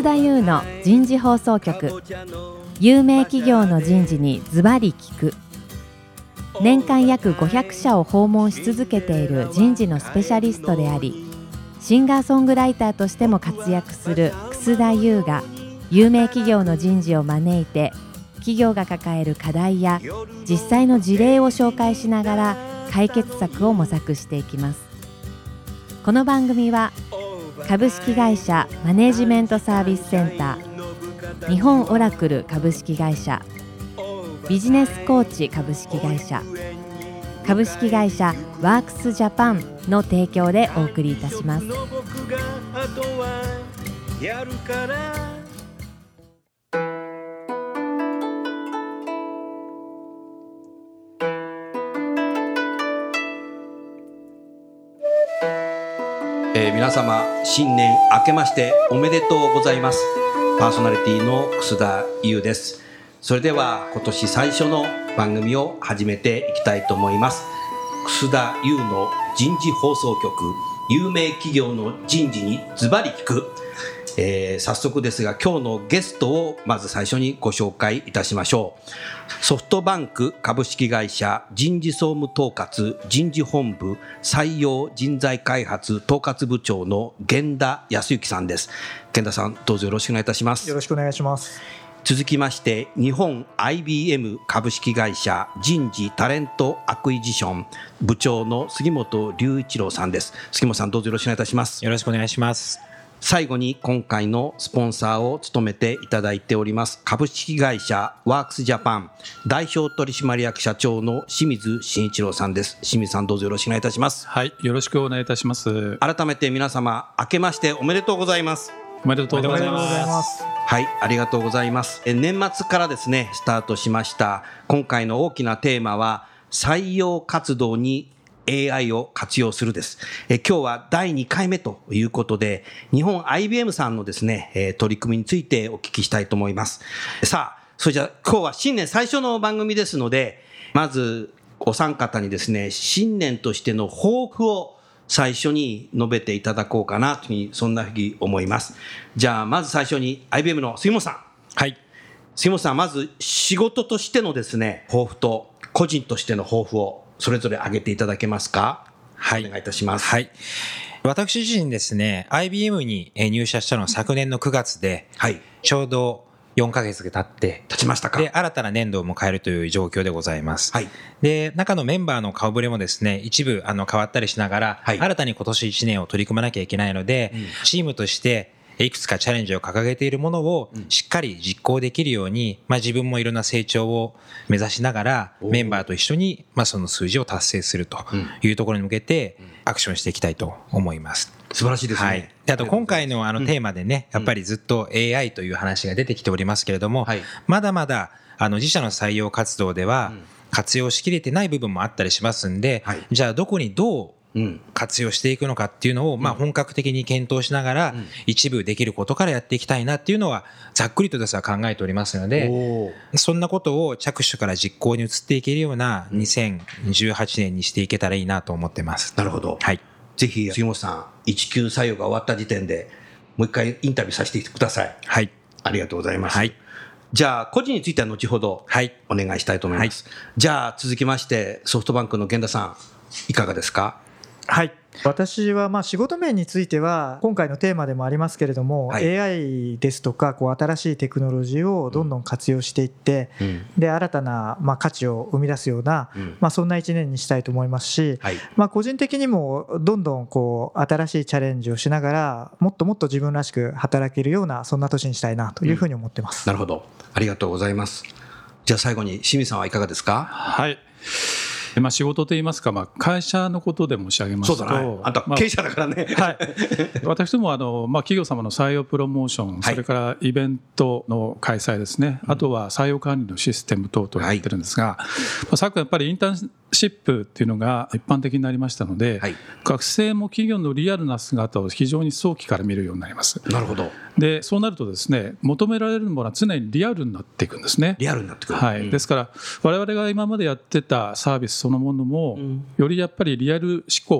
楠田優の人事放送局。有名企業の人事にズバリ聞く。年間約500社を訪問し続けている人事のスペシャリストであり、シンガーソングライターとしても活躍する楠田優が有名企業の人事を招いて、企業が抱える課題や実際の事例を紹介しながら解決策を模索していきます。この番組は株式会社マネジメントサービスセンター、日本オラクル株式会社、ビジネスコーチ株式会社、株式会社ワークスジャパンの提供でお送りいたします。 皆様新年明けましておめでとうございます。パーソナリティの楠田優です。それでは今年最初の番組を始めていきたいと思います。楠田優の人事放送局、有名企業の人事にズバリ聞く。早速ですが今日のゲストをまず最初にご紹介いたしましょう。ソフトバンク株式会社人事総務統括人事本部採用人材開発統括部長の源田康之さんです。源田さん、どうぞよろしくお願いいたします。 よろしくお願いします。 続きまして日本 IBM 株式会社人事タレントアクイジション部長の杉本隆一郎さんです。杉本さん、どうぞよろしくお願いいたします。 よろしくお願いします。 最後に今回のスポンサーを務めていただいております株式会社ワークスジャパン代表取締役社長の清水慎一郎さんです。清水さん、どうぞよろしくお願いいたします。 はい、よろしくお願いいたします。 改めて皆様明けましておめでとうございます。 おめでとうございます。 はい、ありがとうございます。年末からですねスタートしました今回の大きなテーマは採用活動にAI を活用するです。今日は第2回目ということで日本 IBM さんのですね取り組みについてお聞きしたいと思います。さあ、それじゃあ今日は新年最初の番組ですので、まずお三方にですね新年としての抱負を最初に述べていただこうかなというふうにそんなふうに思います。じゃあまず最初に IBM の杉本さん。 はい。 杉本さん、まず仕事としてのですね抱負と個人としての抱負をそれぞれ挙げていただけますか。はい、お願いいたします。 はい。私自身ですね IBM に入社したのは昨年の9月で、はい、ちょうど4ヶ月が経ちましたか。 で新たな年度を迎えるという状況でございます。はい、で中のメンバーの顔ぶれもですね一部変わったりしながら、はい、新たに今年1年を取り組まなきゃいけないので、チームとしていくつかチャレンジを掲げているものをしっかり実行できるように、自分もいろんな成長を目指しながらメンバーと一緒にその数字を達成するというところに向けてアクションしていきたいと思います。 素晴らしいですね。はい、 であと今回のテーマでねやっぱりずっと AI という話が出てきておりますけれども、まだまだ自社の採用活動では活用しきれてない部分もあったりしますんで、じゃあどこにどう活用していくのかっていうのを本格的に検討しながら一部できることからやっていきたいなっていうのはざっくりとですが考えておりますので、そんなことを着手から実行に移っていけるような2018年にしていけたらいいなと思ってます。 なるほど。 はい。 ぜひ杉本さん1級採用が終わった時点でもう一回インタビューさせてください。 はい。 ありがとうございます。 はい。 じゃあ個人については後ほどお願いしたいと思います。はい、じゃあ続きましてソフトバンクの源田さんいかがですか。 はい、私は仕事面については今回のテーマでもありますけれども、AI ですとか新しいテクノロジーをどんどん活用していって、で新たな価値を生み出すようなそんな1年にしたいと思いますし、個人的にもどんどん新しいチャレンジをしながらもっともっと自分らしく働けるようなそんな年にしたいなというふうに思ってます。 なるほど、ありがとうございます。じゃあ最後に清水さんはいかがですか。 はい。仕事といいますか、会社のことで申し上げますと、 そうだね、あんた経営者だからね、 はい、私どもは企業様の採用プロモーション、それからイベントの開催ですね、あとは採用管理のシステム等々やってるんですが、昨年やっぱりインターンシップっていうのが一般的になりましたので、学生も企業のリアルな姿を非常に早期から見るようになります。 なるほど。 でそうなるとですね、求められるものは常にリアルになっていくんですね。 リアルになってくる、 はい、ですから我々が今までやってたサービスそのものも、よりやっぱりリアル思考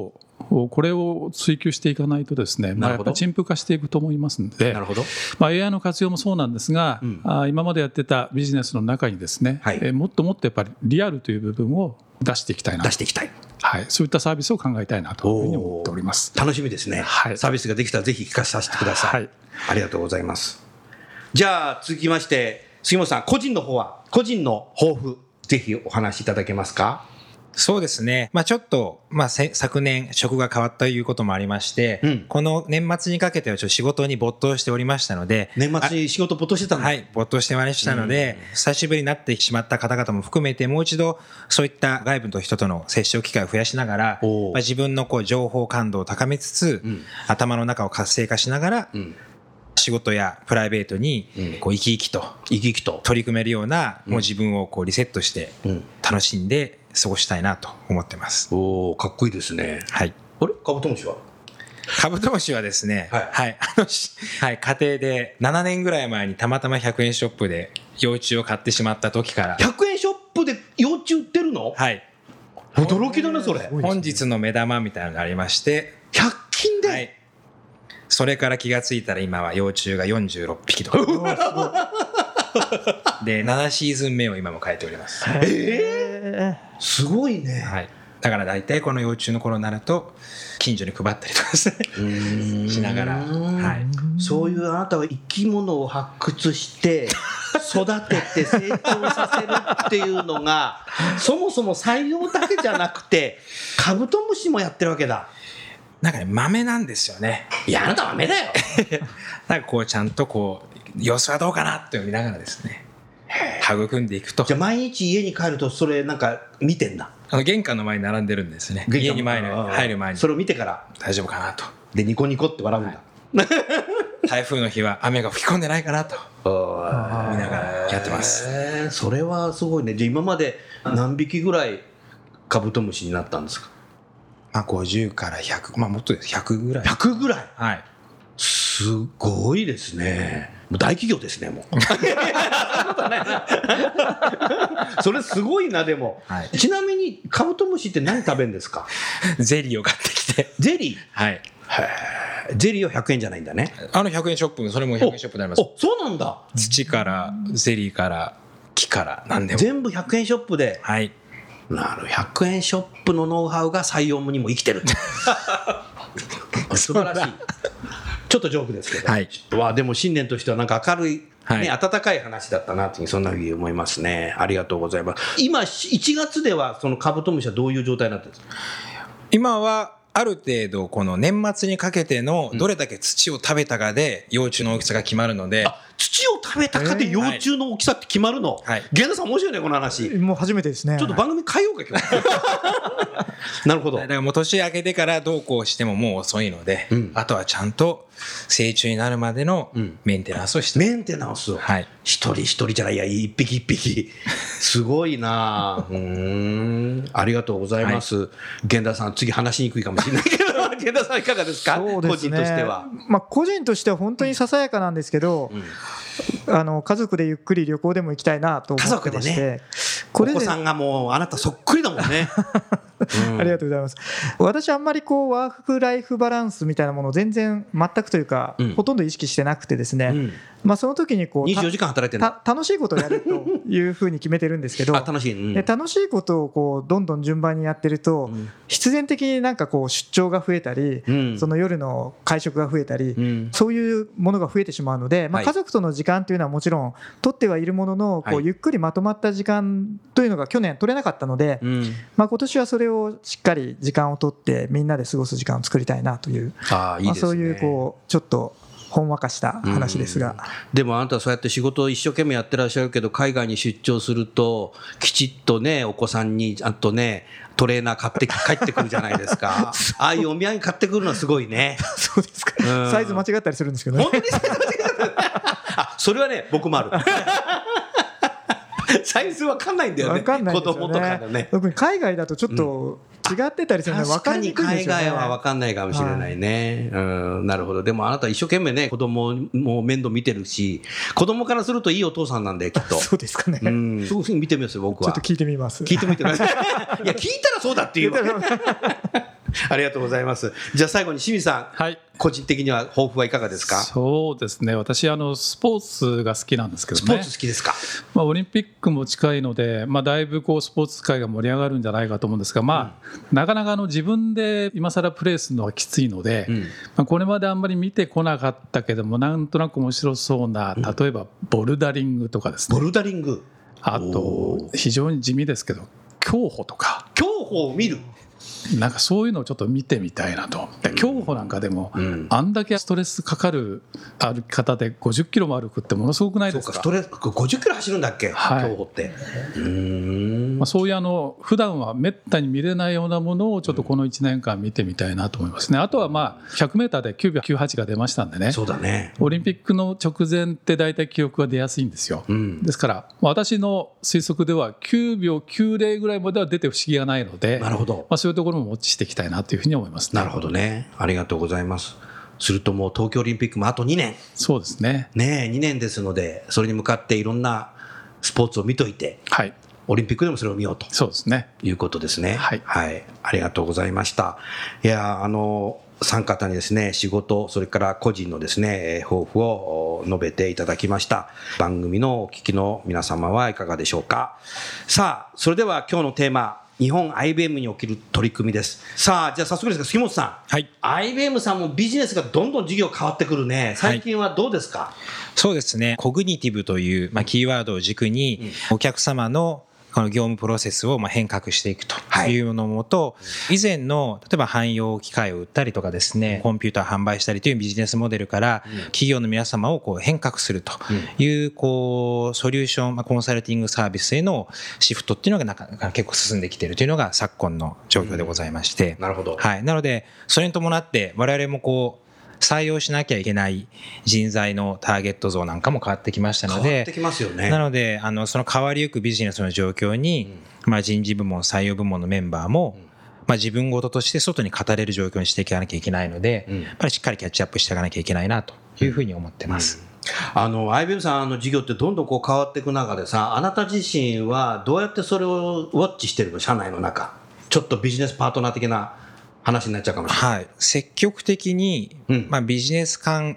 これを追求していかないとですね、やっぱり陳腐化していくと思いますので、 なるほど、 AI の活用もそうなんですが、今までやってたビジネスの中にですね、もっともっとやっぱりリアルという部分を出していきたいなと、はい、そういったサービスを考えたいなというふうに思っております。 楽しみですね、はい、サービスができたらぜひ聞かせさせてください、はい、ありがとうございます。じゃあ続きまして杉本さん、個人の方は個人の抱負ぜひお話しいただけますか。 そうですね、ちょっと、昨年職が変わったということもありまして、この年末にかけてはちょっと仕事に没頭しておりましたので。 年末に仕事没頭してたんだ。 はい、没頭してまいりましたので、久しぶりになってしまった方々も含めてもう一度そういった外部の人との接触機会を増やしながら、自分の情報感度を高めつつ、頭の中を活性化しながら、仕事やプライベートに生き生きと取り組めるような、もう自分をリセットして楽しんで過ごしたいなと思ってます。 おー、かっこいいですね。 はい。 あれ、カブトムシはですね、はい、家庭で7年ぐらい前にたまたま100円ショップで幼虫を買ってしまった時から。 100円ショップで幼虫売ってるの？ はい。 驚きだねそれ。 本日の目玉みたいなのがありまして、 100均で、 はい、それから気がついたら今は幼虫が46匹とかで7シーズン目を今も変えております。 すごいね。 はい。だから大体この幼虫の頃になると近所に配ったりとかしながら、はい、 そういうあなたは生き物を発掘して育てて成長させるっていうのがそもそも採用だけじゃなくてカブトムシもやってるわけだ。 なんかね、豆なんですよね。 いや、あなた豆だよなんかちゃんと様子はどうかなって見ながらですね、育んでいくと。 じゃあ毎日家に帰るとそれなんか見てんだ。 玄関の前に並んでるんですね。家に入る前にそれを見てから大丈夫かなと。 でニコニコって笑うんだ、 はい、台風の日は雨が吹き込んでないかなと見ながらやってます。 それはすごいね。じゃあ今まで何匹ぐらいカブトムシになったんですか ？50から100、もっとです100ぐらい。 100ぐらい。 はい。 すごいですね。もう大企業ですね、もう。それすごいな、でも。はい、ちなみにカブトムシって何食べるんですか？ ゼリーを買ってきて。 ゼリー？ はい。 ゼリーは100円じゃないんだね。 100円ショップ、それも100円ショップになります。 そうなんだ。 土からゼリーから木から何でも全部100円ショップで。 はい。 100円ショップのノウハウが採用にも生きてる素晴らしい。ちょっとジョークですけど、はい、でも新年としてはなんか明るい、ね、温かい話だったなというそんなふうに思いますね。ありがとうございます。今1月ではそのカブトムシはどういう状態になってるんですか？ 今はある程度この年末にかけてのどれだけ土を食べたかで幼虫の大きさが決まるので、 土を食べたかで幼虫の大きさって決まるの？源田さん面白いねこの話。 もう初めてですね。 ちょっと番組変えようか今日。なるほど。 だからもう年明けてからどうこうしてももう遅いので、あとはちゃんと成虫になるまでのメンテナンスをして、 メンテナンスを、一人一人じゃない、いや一匹一匹すごいな。ありがとうございます。源田さん次話しにくいかもしれないけど源田さんいかがですか？ そうですね、 個人としては。 個人としては本当にささやかなんですけど、家族でゆっくり旅行でも行きたいなと思ってまして、ね、 お子さんがもうあなたそっくりだもんね。 ありがとうございます。私あんまりワークライフバランスみたいなものを全然全くというか、ほとんど意識してなくてですね、その時に 24時間働いてる楽しいことをやるというふうに決めてるんですけど楽しいことをどんどん順番にやってると、必然的になんか出張が増えたり、その夜の会食が増えたり、そういうものが増えてしまうので、家族との時間というのはもちろん取ってはいるものの、ゆっくりまとまった時間というのが去年取れなかったので、今年はそれをしっかり時間を取ってみんなで過ごす時間を作りたいなという、そういうちょっとほんわかした話ですが、 でもあなたはそうやって仕事を一生懸命やってらっしゃるけど、海外に出張するときちっとねお子さんにあとねトレーナー買って帰ってくるじゃないですか。ああいうお土産買ってくるのはすごいね。 そうですか、サイズ間違ったりするんですけどね。 本当にサイズ間違ったそれはね僕もある。サイズ分かんないんだよね。 分かんないですよね。 子供とかのね。 特に海外だとちょっと違ってたりするので分かりにくいですよね。 確かに海外は分かんないかもしれないね。なるほど。でもあなた一生懸命ね子供も面倒見てるし、子供からするといいお父さんなんできっと。 そうですかね。 そういうふうに見てみますよ僕は。 ちょっと聞いてみます。 聞いてみてください。いや聞いたらそうだっていう。 ありがとうございます。じゃあ最後に清水さん、はい、個人的には抱負はいかがですか？ そうですね、私スポーツが好きなんですけどね。 スポーツ好きですか？ オリンピックも近いので、だいぶスポーツ界が盛り上がるんじゃないかと思うんですが、なかなか自分で今更プレーするのはきついので、これまであんまり見てこなかったけどもなんとなく面白そうな、例えばボルダリングとかですね。 ボルダリング、 あと非常に地味ですけど競歩とか。 競歩を見る、 なんかそういうのをちょっと見てみたいなと。競歩なんかでも、あんだけストレスかかる歩き方で50キロも歩くってものすごくないですか？ そうか、50キロ走るんだっけ、はい、競歩って。 そういう普段はめったに見れないようなものをちょっとこの1年間見てみたいなと思いますね。あとは100メーターで9秒98が出ましたんでね。 そうだね。 オリンピックの直前って大体記録が出やすいんですよ。ですから私の推測では9秒90ぐらいまでは出て不思議がないので、 なるほど、 そういうところもウォッチしていきたいなというふうに思いますね。 なるほどね、ありがとうございます。するともう東京オリンピックもあと2年。 そうですね。 2年ですので、それに向かっていろんなスポーツを見といて、はい、オリンピックでもそれを見ようと。 そうですね。 いうことですね。 はい、 はい、ありがとうございました。いや、3方にですね、仕事、それから個人のですね、抱負を述べていただきました。番組のお聞きの皆様はいかがでしょうか。さあ、それでは今日のテーマ、日本 IBM における取り組みです。さあ、じゃあ早速ですが杉本さん、はい、IBM さんもビジネスがどんどん事業変わってくるね。最近はどうですか？はい、 そうですね、コグニティブという、キーワードを軸に、お客様のこの業務プロセスを変革していくというのもと、以前の例えば汎用機械を売ったりとかですね、コンピューター販売したりというビジネスモデルから企業の皆様を変革するというソリューションコンサルティングサービスへのシフトっていうのが結構進んできているというのが昨今の状況でございまして、 なるほど。 はい、なのでそれに伴って我々も採用しなきゃいけない人材のターゲット像なんかも変わってきましたので、 変わってきますよね。 なのでその変わりゆくビジネスの状況に、人事部門採用部門のメンバーも、自分事として外に語れる状況にしていかなきゃいけないので、やっぱりしっかりキャッチアップしていかなきゃいけないなというふうに思ってます。 IBM さんの事業ってどんどん変わっていく中でさ、あなた自身はどうやってそれをウォッチしてるの？社内の中、ちょっとビジネスパートナー的な話になっちゃうかもしれない。 はい、積極的に、ビジネス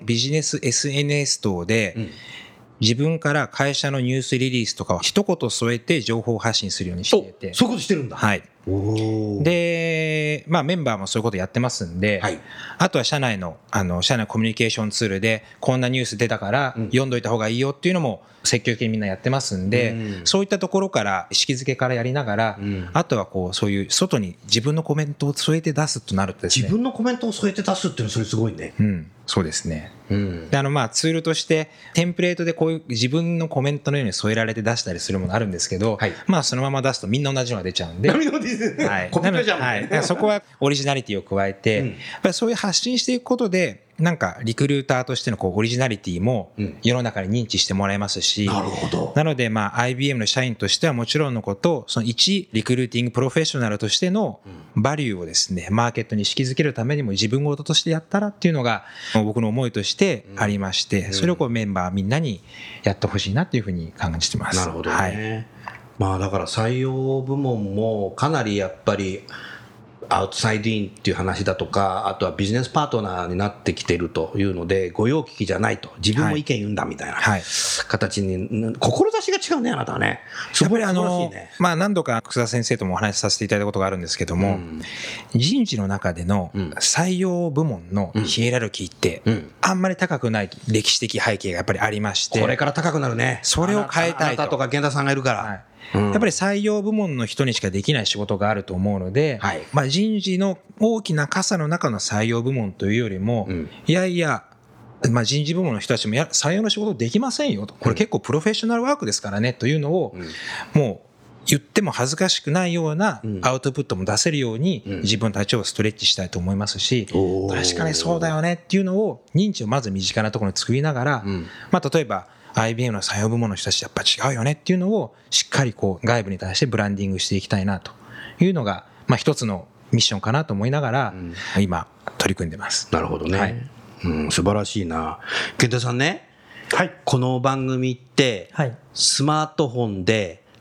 SNS 等で、自分から会社のニュースリリースとかを一言添えて情報発信するようにしていて。 そういうことしてるんだ。 はい。で、メンバーもそういうことやってますんで、はい、あとは社内のコミュニケーションツールでこんなニュース出たから読んどいた方がいいよっていうのも積極的にみんなやってますんで、そういったところから意識づけからやりながら、あとはそういう外に自分のコメントを添えて出すとなるとですね、 自分のコメントを添えて出すっていうのそれすごいね。 そうですね。でツールとしてテンプレートでこういう自分のコメントのように添えられて出したりするものあるんですけど、はい、そのまま出すとみんな同じのが出ちゃうんで、はい、コピペじゃん、はい、そこはオリジナリティを加えて、やっぱりそういう発信していくことでなんかリクルーターとしてのオリジナリティも世の中に認知してもらえますし、 なるほど。 なのでIBM の社員としてはもちろんのこと、その一リクルーティングプロフェッショナルとしてのバリューをですね、マーケットに意識づけるためにも自分事としてやったらっていうのが僕の思いとしてありまして、それをメンバーみんなにやってほしいなっていうふうに感じてます。 なるほどね。はい、だから採用部門もかなりやっぱりアウトサイドインっていう話だとか、あとはビジネスパートナーになってきてるというので、御用聞きじゃないと、自分も意見言うんだみたいな形に、志が違うね、あなたはね。 やっぱり何度か楠田先生ともお話しさせていただいたことがあるんですけども、人事の中での採用部門のヒエラルキーってあんまり高くない歴史的背景がやっぱりありまして、 これから高くなるね。 それを変えたいと。 あなたとか源田さんがいるから。 やっぱり採用部門の人にしかできない仕事があると思うので、人事の大きな傘の中の採用部門というよりも、いやいや、人事部門の人たちも採用の仕事できませんよと、これ結構プロフェッショナルワークですからねというのを、もう言っても恥ずかしくないようなアウトプットも出せるように自分たちをストレッチしたいと思いますし、確かにそうだよねっていうのを認知をまず身近なところに作りながら、例えばIBM の採用部門の人たちやっぱ違うよねっていうのをしっかり外部に対してブランディングしていきたいなというのが一つのミッションかなと思いながら今取り組んでます。 なるほどね。はい、素晴らしいな。源田さんね、はい、この番組ってスマートフォンで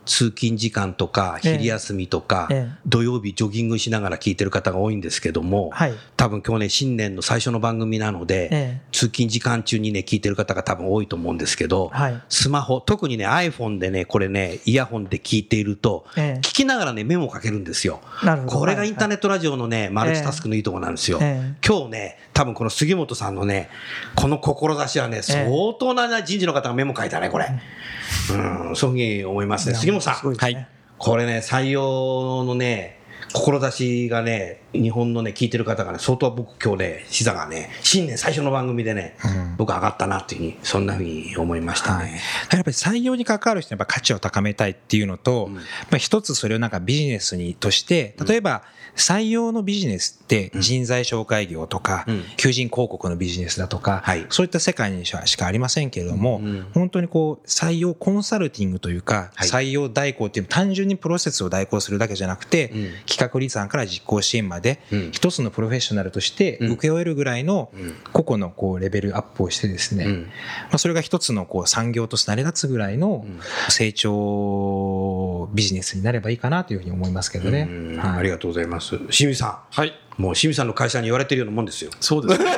通勤時間とか昼休みとか、土曜日ジョギングしながら聞いてる方が多いんですけども、多分今日ね新年の最初の番組なので、通勤時間中にね聞いてる方が多分多いと思うんですけど、スマホ特にね iPhone でねこれねイヤホンで聞いていると、聞きながらねメモをかけるんですよ。これがインターネットラジオのねマルチタスクのいいところなんですよ。今日ね多分この杉本さんのねこの志はね相当な人事の方がメモ書いたねこれ。そういうふうに思いますね。杉本さん、はい、これね採用のね志がね日本のね聞いてる方がね相当僕今日ね視座がね新年最初の番組でね、僕上がったなっていうふうにそんなふうに思いましたね。 やっぱり採用に関わる人にやっぱ価値を高めたいっていうのと、一つそれをなんかビジネスにとして例えば採用のビジネスって人材紹介業とか、求人広告のビジネスだとか、そういった世界にしかありませんけれども、本当にこう採用コンサルティングというか、採用代行っていう単純にプロセスを代行するだけじゃなくて、企画立案から実行支援まで一つのプロフェッショナルとして請け負えるぐらいの個々のこうレベルアップをしてですね、それが一つのこう産業として成り立つぐらいの成長ビジネスになればいいかなというふうに思いますけどね。 ありがとうございます。清水さん、はい、もう清水さんの会社に言われてるようなもんですよ。 そうですね。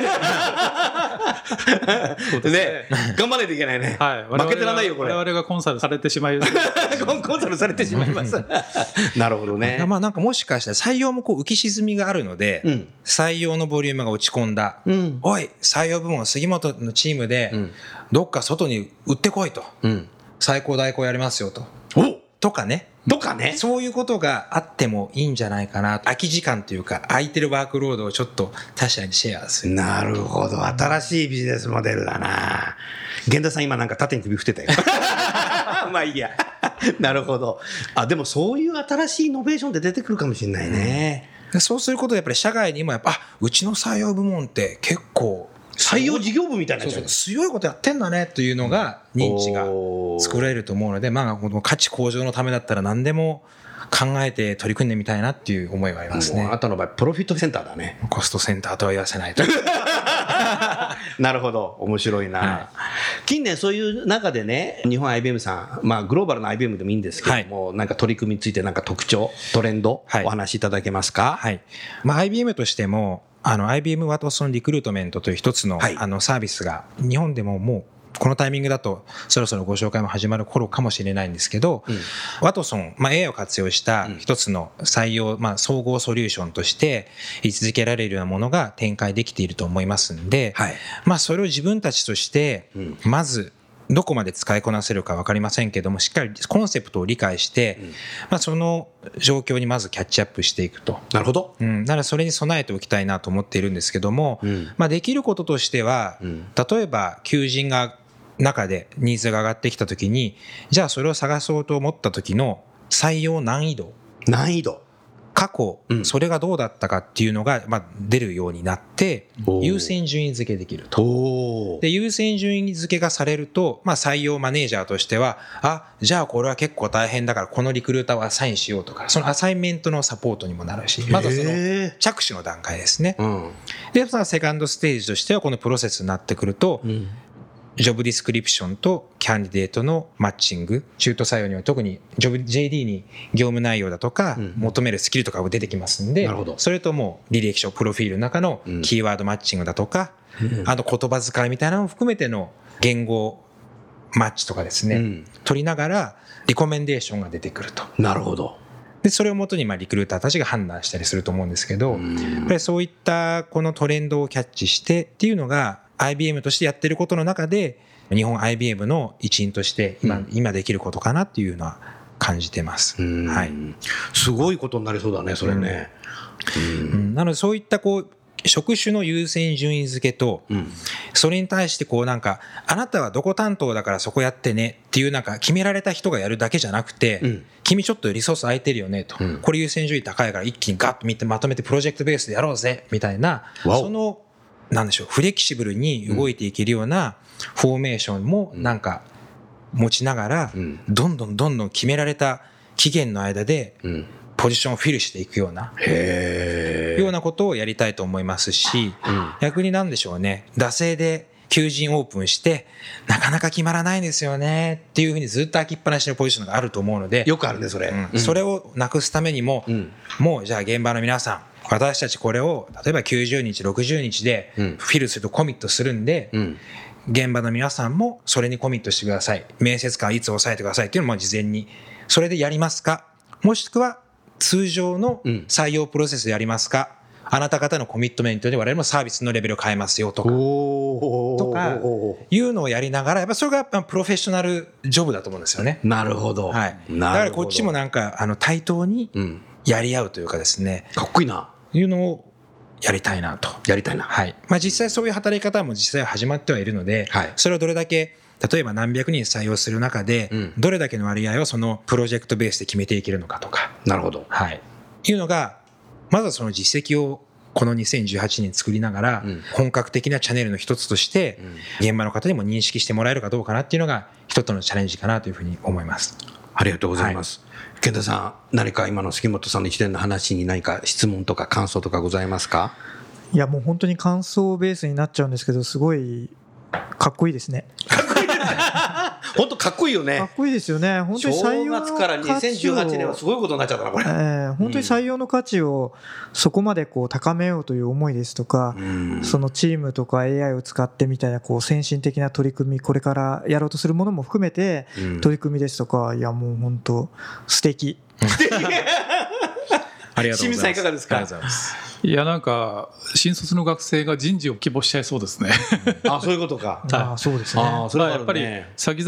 ね、頑張らないといけないね。負けてらないよこれ。 我々がコンサルされてしまいます。 コンサルされてしまいます。なるほどね。 まあなんかもしかしたら採用もこう浮き沈みがあるので、採用のボリュームが落ち込んだ。おい採用部門杉本のチームでどっか外に売ってこいと。最高代行やりますよと。とかね。そういうことがあってもいいんじゃないかな。空き時間というか空いてるワークロードをちょっと他者にシェアする。 なるほど、新しいビジネスモデルだな。源田さん今なんか縦に首振ってたよ。まあいいや。なるほど。でもそういう新しいイノベーションって出てくるかもしれないね。 そうすることでやっぱり社外にもうちの採用部門って結構採用事業部みたいな強いことやってんだねというのが認知が作られると思うので、まあこの価値向上のためだったら何でも考えて取り組んでみたいなっていう思いがありますね。 あなたの場合プロフィットセンターだね。 コストセンターとは言わせないと。 なるほど、面白いな。近年そういう中でね、日本 IBM さん、まあグローバルな IBM でもいいんですけども、なんか取り組みについてなんか特徴、トレンド、お話しいただけますか。 はい。まあ IBM としてもIBM ワトソンリクルートメントという一つのサービスが日本でももうこのタイミングだとそろそろご紹介も始まる頃かもしれないんですけど、ワトソン、AI を活用した一つの採用、総合ソリューションとして位置づけられるようなものが展開できていると思いますんで、それを自分たちとしてまずどこまで使いこなせるか分かりませんけども、しっかりコンセプトを理解して、その状況にまずキャッチアップしていくと。 なるほど。 だからそれに備えておきたいなと思っているんですけども、できることとしては、例えば求人が中でニーズが上がってきたときに、じゃあそれを探そうと思った時の採用難易度。過去、それがどうだったかっていうのが出るようになって優先順位付けできると。で優先順位付けがされると、採用マネージャーとしてはじゃあこれは結構大変だからこのリクルーターをアサインしようとか、そのアサインメントのサポートにもなるし、まずその着手の段階ですね。でセカンドステージとしてはこのプロセスになってくると、ジョブディスクリプションとキャンディデートのマッチング、中途採用には特にJD に業務内容だとか求めるスキルとかが出てきますんで、それとも履歴書プロフィールの中のキーワードマッチングだとか、言葉遣いみたいなのを含めての言語マッチとかですね、取りながらリコメンデーションが出てくると。 なるほど。 でそれをもとにリクルーターたちが判断したりすると思うんですけど、やっぱりそういったこのトレンドをキャッチしてっていうのがIBM としてやってることの中で日本 IBM の一員として今できることかなっていうのは感じてます。 すごいことになりそうだねそれね。 なのでそういった職種の優先順位付けと、それに対してあなたはどこ担当だからそこやってねっていう決められた人がやるだけじゃなくて、君ちょっとリソース空いてるよねと、これ優先順位高いから一気にガッと見てまとめてプロジェクトベースでやろうぜみたいな、そのフレキシブルに動いていけるようなフォーメーションも持ちながら、どんどん決められた期限の間でポジションをフィルしていくようなことをやりたいと思いますし、逆に惰性で求人オープンしてなかなか決まらないんですよねっていうふうにずっと空きっぱなしのポジションがあると思うので、 よくあるねそれ、 それをなくすためにも、もうじゃあ現場の皆さん、私たちこれを例えば90日60日でフィルするとコミットするんで、現場の皆さんもそれにコミットしてください、面接官いつ抑えてくださいっていうのも事前にそれでやりますか、もしくは通常の採用プロセスでやりますか、あなた方のコミットメントで我々もサービスのレベルを変えますよとかいうのをやりながら、やっぱそれがプロフェッショナルジョブだと思うんですよね。 なるほど、 はい、だからこっちもなんか対等にやり合うというかですね、 かっこいいないうのをやりたいなと。 やりたいな、 はい。まあ実際そういう働き方も実際は始まってはいるので、はい、それをどれだけ例えば何百人採用する中で、どれだけの割合をそのプロジェクトベースで決めていけるのかとか。 なるほど。 はい。いうのが、まずはその実績をこの2018年作りながら、本格的なチャンネルの一つとして、現場の方にも認識してもらえるかどうかなっていうのが一つのチャレンジかなというふうに思います。 ありがとうございます。はい、健太さん、何か今の杉本さんの一連の話に何か質問とか感想とかございますか？ いや、もう本当に感想ベースになっちゃうんですけど、すごいかっこいいですね。 かっこいいですね。本当かっこいいよね。 かっこいいですよね。本当に採用の正月から2018年はすごいことになっちゃったなこれ。 本当に採用の価値をそこまでこう高めようという思いですとか、そのチームとか AI を使ってみたいなこう先進的な取り組み、これからやろうとするものも含めて取り組みですとか、いやもう本当素敵。 ありがとうございます。 清水さんいかがですか？ いや、なんか新卒の学生が人事を希望しちゃいそうですね。 あ、そういうことか。 あ、そうですね。 それはやっぱり先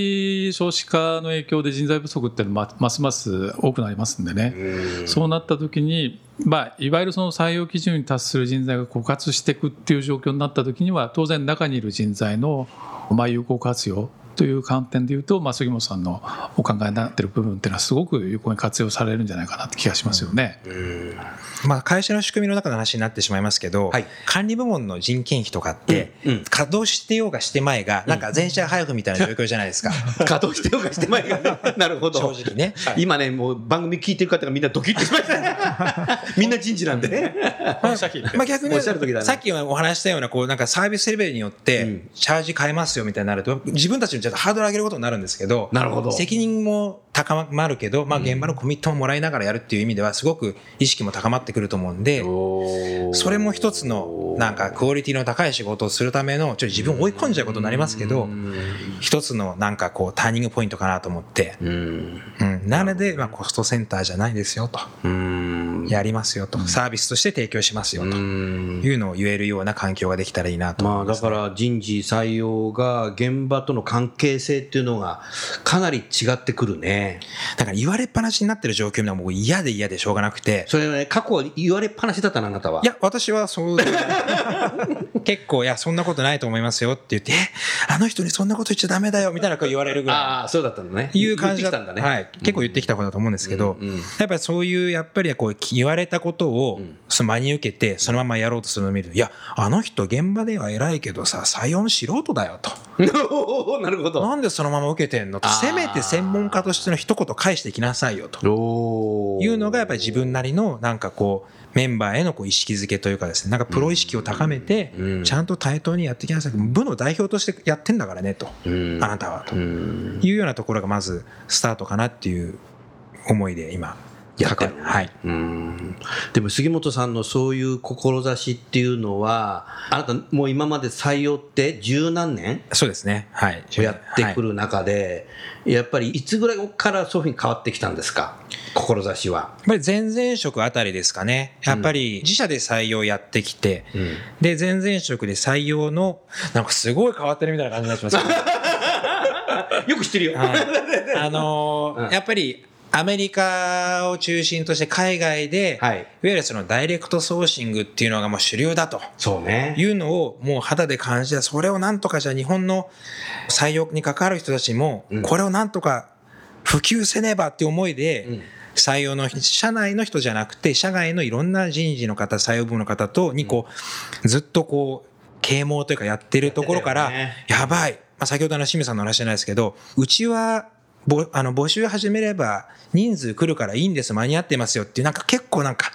々少子化の影響で人材不足っていうのはますます多くなりますんでね。そうなった時に、いわゆるその採用基準に達する人材が枯渇していくっていう状況になった時には、当然中にいる人材の有効活用という観点でいうと、杉本さんのお考えになっている部分っていうのはすごく有効に活用されるんじゃないかなって気がしますよね。 会社の仕組みの中の話になってしまいますけど、はい、管理部門の人件費とかって、稼働してようがしてまいがなんか全社配布みたいな状況じゃないですか。 稼働してようがしてまいがね。なるほど。 正直ね。 はい、今ね、もう番組聞いてる方がみんなドキッとしましたね。みんな人事なんでね。 逆にさっきお話したようなこうなんかサービスレベルによってチャージ変えますよみたいになると、自分たちのちょっとハードル上げることになるんですけど、 なるほど。 責任も高まるけど、現場のコミットももらいながらやるっていう意味ではすごく意識も高まってくると思うんで、それも一つのなんかクオリティの高い仕事をするためのちょっと自分を追い込んじゃうことになりますけど、一つのなんかこうターニングポイントかなと思って、なのでコストセンターじゃないですよと、やりますよと、サービスとして提供しますよというのを言えるような環境ができたらいいなと思います、 だから人事採用が現場との関係性っていうのがかなり違ってくるね。 だから言われっぱなしになってる状況はもう嫌でしょうがなくて、 それはね、過去は言われっぱなしだったな、あなたは。 いや、私はそう結構、いやそんなことないと思いますよって言って、あの人にそんなこと言っちゃダメだよみたいなこと言われるぐらい。 ああ、そうだったのね。 いう感じだったんだね。 はい、結構言ってきたことだと思うんですけど、やっぱりそういうやっぱりこう言われたことをその真に受けてそのままやろうとするのを見ると、いやあの人現場では偉いけどさ、採用の素人だよと。 なるほど。 なんでそのまま受けてんのと、せめて専門家としての一言返していきなさいよというのがやっぱり自分なりのなんかこうメンバーへのこう意識づけというかですね、なんかプロ意識を高めてちゃんと対等にやっていきなさい、部の代表としてやってんだからねと、あなたはというようなところがまずスタートかなっていう思いで今やってる。 はい。 でも杉本さんのそういう志っていうのは、あなたもう今まで採用って十何年？ そうですね。はい。 やってくる中で、やっぱりいつぐらいからそういうふうに変わってきたんですか？志は。やっぱり前々職あたりですかね。やっぱり自社で採用やってきて、で前々職で採用のなんかすごい変わってるみたいな感じになってますけど。 よく知ってるよ。 やっぱりアメリカを中心として海外で、いわゆるそのダイレクトソーシングっていうのがもう主流だというのをもう肌で感じて、それをなんとかじゃあ日本の採用に関わる人たちもこれをなんとか普及せねばっていう思いで、採用の社内の人じゃなくて社外のいろんな人事の方、採用部の方とにこうずっとこう啓蒙というかやってるところから、やばい、先ほどの清水さんの話じゃないですけど、うちは募集始めれば人数来るからいいんです、間に合ってますよっていう、なんか結構なんか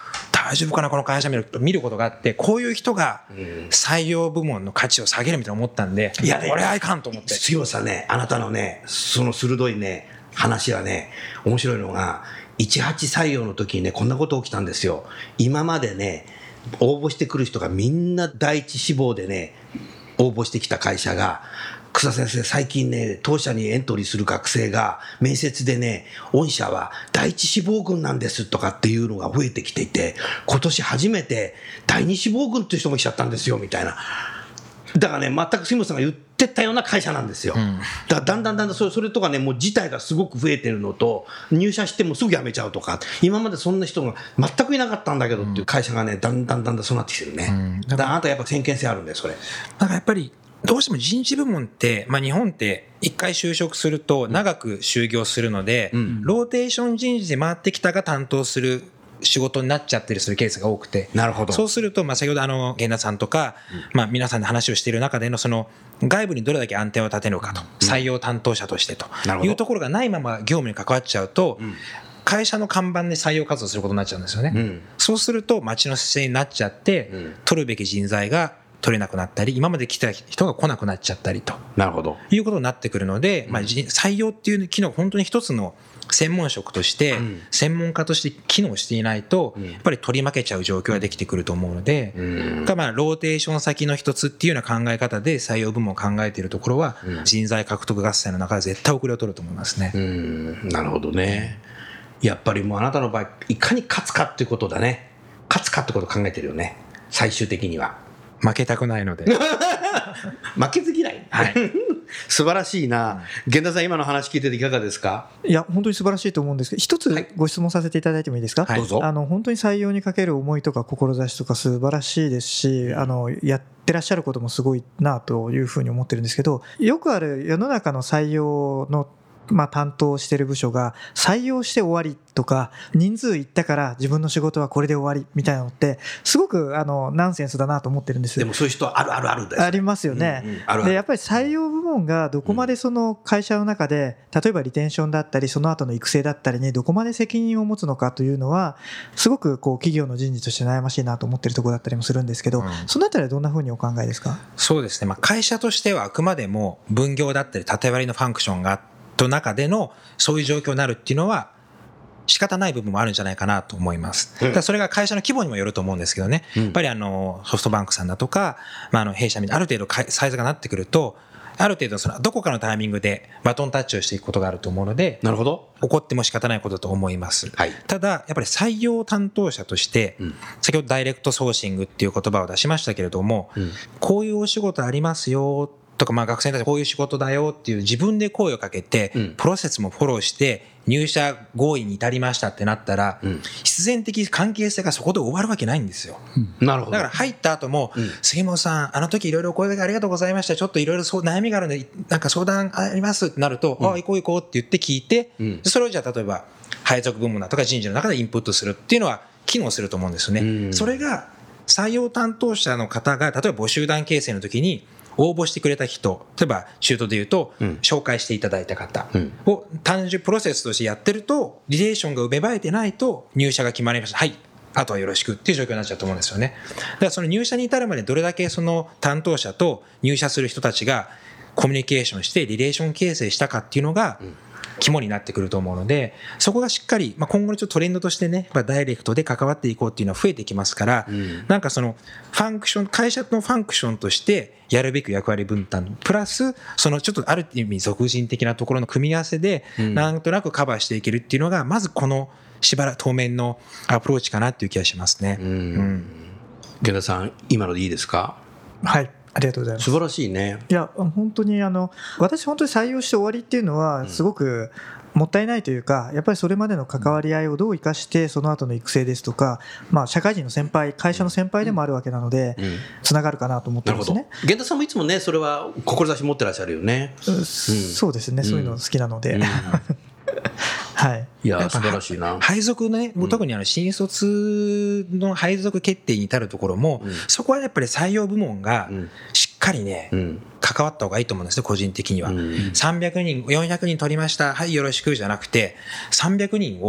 大丈夫かなこの会社見ることがあって、こういう人が採用部門の価値を下げるみたいな思ったんで、いやこれはいかんと思って。 強さね、あなたのねその鋭いね話はね、面白いのが18採用の時にねこんなこと起きたんですよ。今までね応募してくる人がみんな第一志望でね応募してきた会社が、草先生最近ね当社にエントリーする学生が面接でね、御社は第一志望軍なんですとかっていうのが増えてきていて、今年初めて第二志望軍っていう人も来ちゃったんですよみたいな。だからね全く杉本さんが言ってたような会社なんですよ。だからだんだんそれとかね、もう事態がすごく増えてるのと、入社してもすぐ辞めちゃうとか、今までそんな人が全くいなかったんだけどっていう会社がねだんだんそうなってきてるね。だからあなたやっぱ先見性あるんだよそれ。 だからやっぱりどうしても人事部門って、日本って一回就職すると長く就業するので、ローテーション人事で回ってきたが担当する仕事になっちゃったりするケースが多くて、 なるほど。 そうすると、先ほど源田さんとか、皆さんで話をしている中でのその外部にどれだけアンテナを立てるのかと、採用担当者としてというところがないまま業務に関わっちゃうと、会社の看板で採用活動することになっちゃうんですよね。そうすると町の姿勢になっちゃって、取るべき人材が取れなくなったり、今まで来た人が来なくなっちゃったりということになってくるので、採用っていう機能、本当に一つの専門職として専門家として機能していないとやっぱり取り負けちゃう状況ができてくると思うので、ローテーション先の一つっていうような考え方で採用部門を考えているところは、人材獲得合戦の中で絶対遅れを取ると思いますね。 なるほどね。やっぱりもうあなたの場合いかに勝つかっていうことだね。勝つかってことを考えてるよね、最終的には。 負けたくないので負けず嫌い、はい、素晴らしいな。源田さん今の話聞いてていかがですか？ いや本当に素晴らしいと思うんですけど、一つご質問させていただいてもいいですか？ どうぞ。 本当に採用にかける思いとか志とか素晴らしいですし、やってらっしゃることもすごいなというふうに思ってるんですけど、よくある世の中の採用の担当している部署が採用して終わりとか、人数いったから自分の仕事はこれで終わりみたいなのってすごくナンセンスだなと思ってるんです。 でもそういう人あるだよ。 ありますよね。でやっぱり採用部門がどこまでその会社の中で、例えばリテンションだったりその後の育成だったりにどこまで責任を持つのかというのはすごく企業の人事として悩ましいなと思っているところだったりもするんですけど、そのあたりはどんなふうにお考えですか？ そうですね、会社としてはあくまでも分業だったり縦割りのファンクションがあってと中でのそういう状況になるっていうのは仕方ない部分もあるんじゃないかなと思います。だからそれが会社の規模にもよると思うんですけどね、やっぱりソフトバンクさんだとか、弊社みたいなある程度サイズがなってくると、ある程度そのどこかのタイミングでバトンタッチをしていくことがあると思うので、 なるほど、 起こっても仕方ないことだと思います、 はい、 ただやっぱり採用担当者として、先ほどダイレクトソーシングっていう言葉を出しましたけれども、こういうお仕事ありますよとか、学生に対してこういう仕事だよっていう自分で声をかけて、プロセスもフォローして入社合意に至りましたってなったら、必然的関係性がそこで終わるわけないんですよ。 なるほど。 だから入った後も、杉本さんあの時いろいろお声掛けありがとうございました、ちょっといろいろ悩みがあるのでなんか相談ありますってなると、行こうって言って聞いて、それをじゃあ例えば配属部門だとか人事の中でインプットするっていうのは機能すると思うんですよね。それが採用担当者の方が例えば募集団形成の時に応募してくれた人、例えばシュートで言うと、紹介していただいた方を単純プロセスとしてやってると、リレーションが芽生えてないと入社が決まりました、はいあとはよろしくっていう状況になっちゃうと思うんですよね。だからその入社に至るまでどれだけその担当者と入社する人たちがコミュニケーションしてリレーション形成したかっていうのが肝になってくると思うので、そこがしっかり、今後のちょっとトレンドとしてね、ダイレクトで関わっていこうっていうのは増えてきますから、なんかそのファンクション、会社のファンクションとしてやるべき役割分担プラスそのちょっとある意味俗人的なところの組み合わせでなんとなくカバーしていけるっていうのが、まずこのしばらく当面のアプローチかなっていう気がしますね。 源田さん今のでいいですか？ はい、ありがとうございます。 素晴らしいね。 いや本当に私本当に採用して終わりっていうのはすごくもったいないというか、やっぱりそれまでの関わり合いをどう生かしてその後の育成ですとか、社会人の先輩、会社の先輩でもあるわけなのでつながるかなと思ってますね。 源田さんもいつもねそれは志持ってらっしゃるよね。 そうですね、そういうの好きなので、はい、 いや素晴らしいな。 配属ね、特に新卒の配属決定に至るところも、そこはやっぱり採用部門がしっかりね、関わった方がいいと思うんですね、個人的には。300人400人取りました、はいよろしくじゃなくて、300人を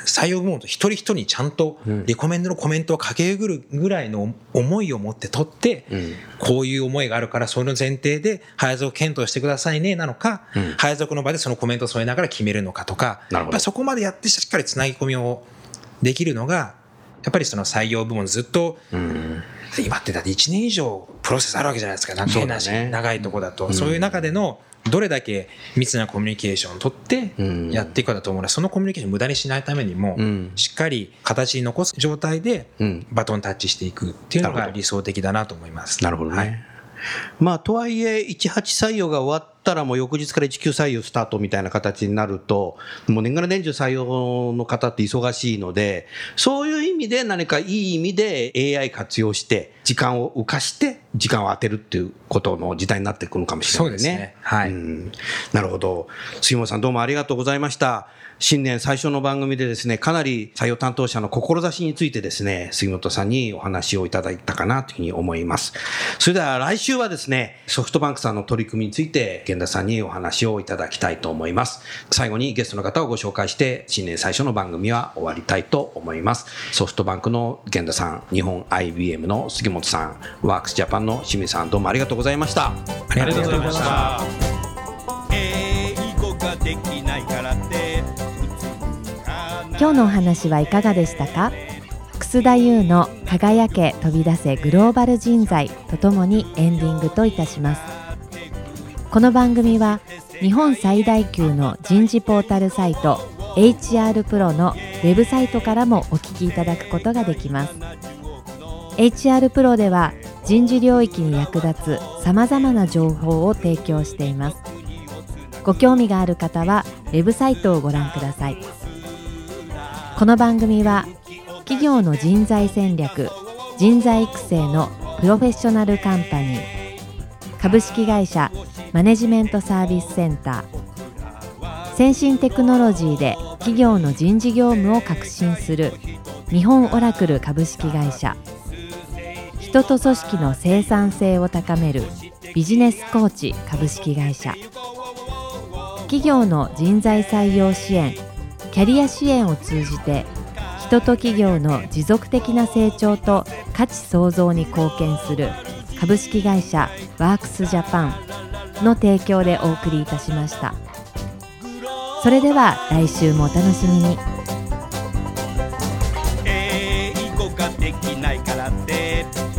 採用部門と一人一人にちゃんとリコメンドのコメントをかけぐるぐらいの思いを持って取って、こういう思いがあるからその前提で配属検討してくださいねなのか、配属の場でそのコメントを添えながら決めるのかとか、やっぱそこまでやってしっかりつなぎ込みをできるのがやっぱりその採用部門ずっと、今ってだって1年以上プロセスあるわけじゃないですか、変なし長いとこだと、そういう中でのどれだけ密なコミュニケーションを取ってやっていくかだと思うので、そのコミュニケーションを無駄にしないためにもしっかり形に残す状態でバトンタッチしていくっていうのが理想的だなと思います。 なるほどね。まあ、とはいえ18採用が終わったらもう翌日から19採用スタートみたいな形になると、もう年がら年中採用の方って忙しいので、そういう意味で何かいい意味で AI 活用して時間を浮かして時間を当てるっていうことの時代になってくるのかもしれないね。 そうですね。はい。 なるほど。杉本さんどうもありがとうございました。新年最初の番組でですね、かなり採用担当者の志についてですね、杉本さんにお話をいただいたかなというふうに思います。それでは来週はですね、ソフトバンクさんの取り組みについて源田さんにお話をいただきたいと思います。最後にゲストの方をご紹介して新年最初の番組は終わりたいと思います。ソフトバンクの源田さん、日本 IBM の杉本さん、ワークスジャパンの清水さん、どうもありがとうございました。 ありがとうございました。 今日のお話はいかがでしたか？楠田優の輝け飛び出せグローバル人材とともにエンディングといたします。この番組は日本最大級の人事ポータルサイト HR プロのウェブサイトからもお聞きいただくことができます。HR プロでは人事領域に役立つさまざまな情報を提供しています。ご興味がある方はウェブサイトをご覧ください。この番組は企業の人材戦略、人材育成のプロフェッショナルカンパニー、株式会社マネジメントサービスセンター、先進テクノロジーで企業の人事業務を革新する日本オラクル株式会社、人と組織の生産性を高めるビジネスコーチ株式会社、企業の人材採用支援、キャリア支援を通じて人と企業の持続的な成長と価値創造に貢献する株式会社ワークスジャパンの提供でお送りいたしました。それでは来週もお楽しみに。 英語ができないからって